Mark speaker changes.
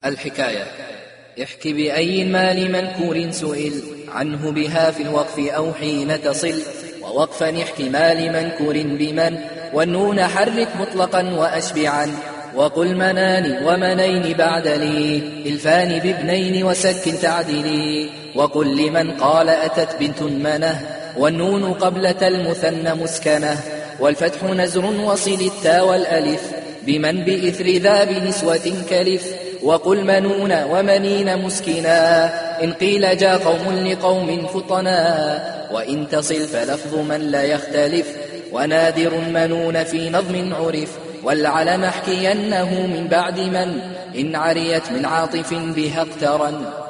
Speaker 1: الحكاية. احك بأي المال منكور سئل عنه بها في الوقف أو حين تصل، ووقفا احتمال منكور بمن، والنون حرك مطلقا وأشبعا، وقل منان ومنين بعد لي الفان بابنين وسك تعدلي، وقل لمن قال أتت بنت منه والنون قبلة المثنى مسكنة، والفتح نزر وصل التا والألف بمن بإثر ذا بنسوة كلف، وقل منون ومنين مسكنا إن قيل جاء قوم لقوم فطنا، وإن تصل فلفظ من لا يختلف، ونادر منون في نظم عرف، والعلم احكينه من بعد من إن عريت من عاطف بها اقترن.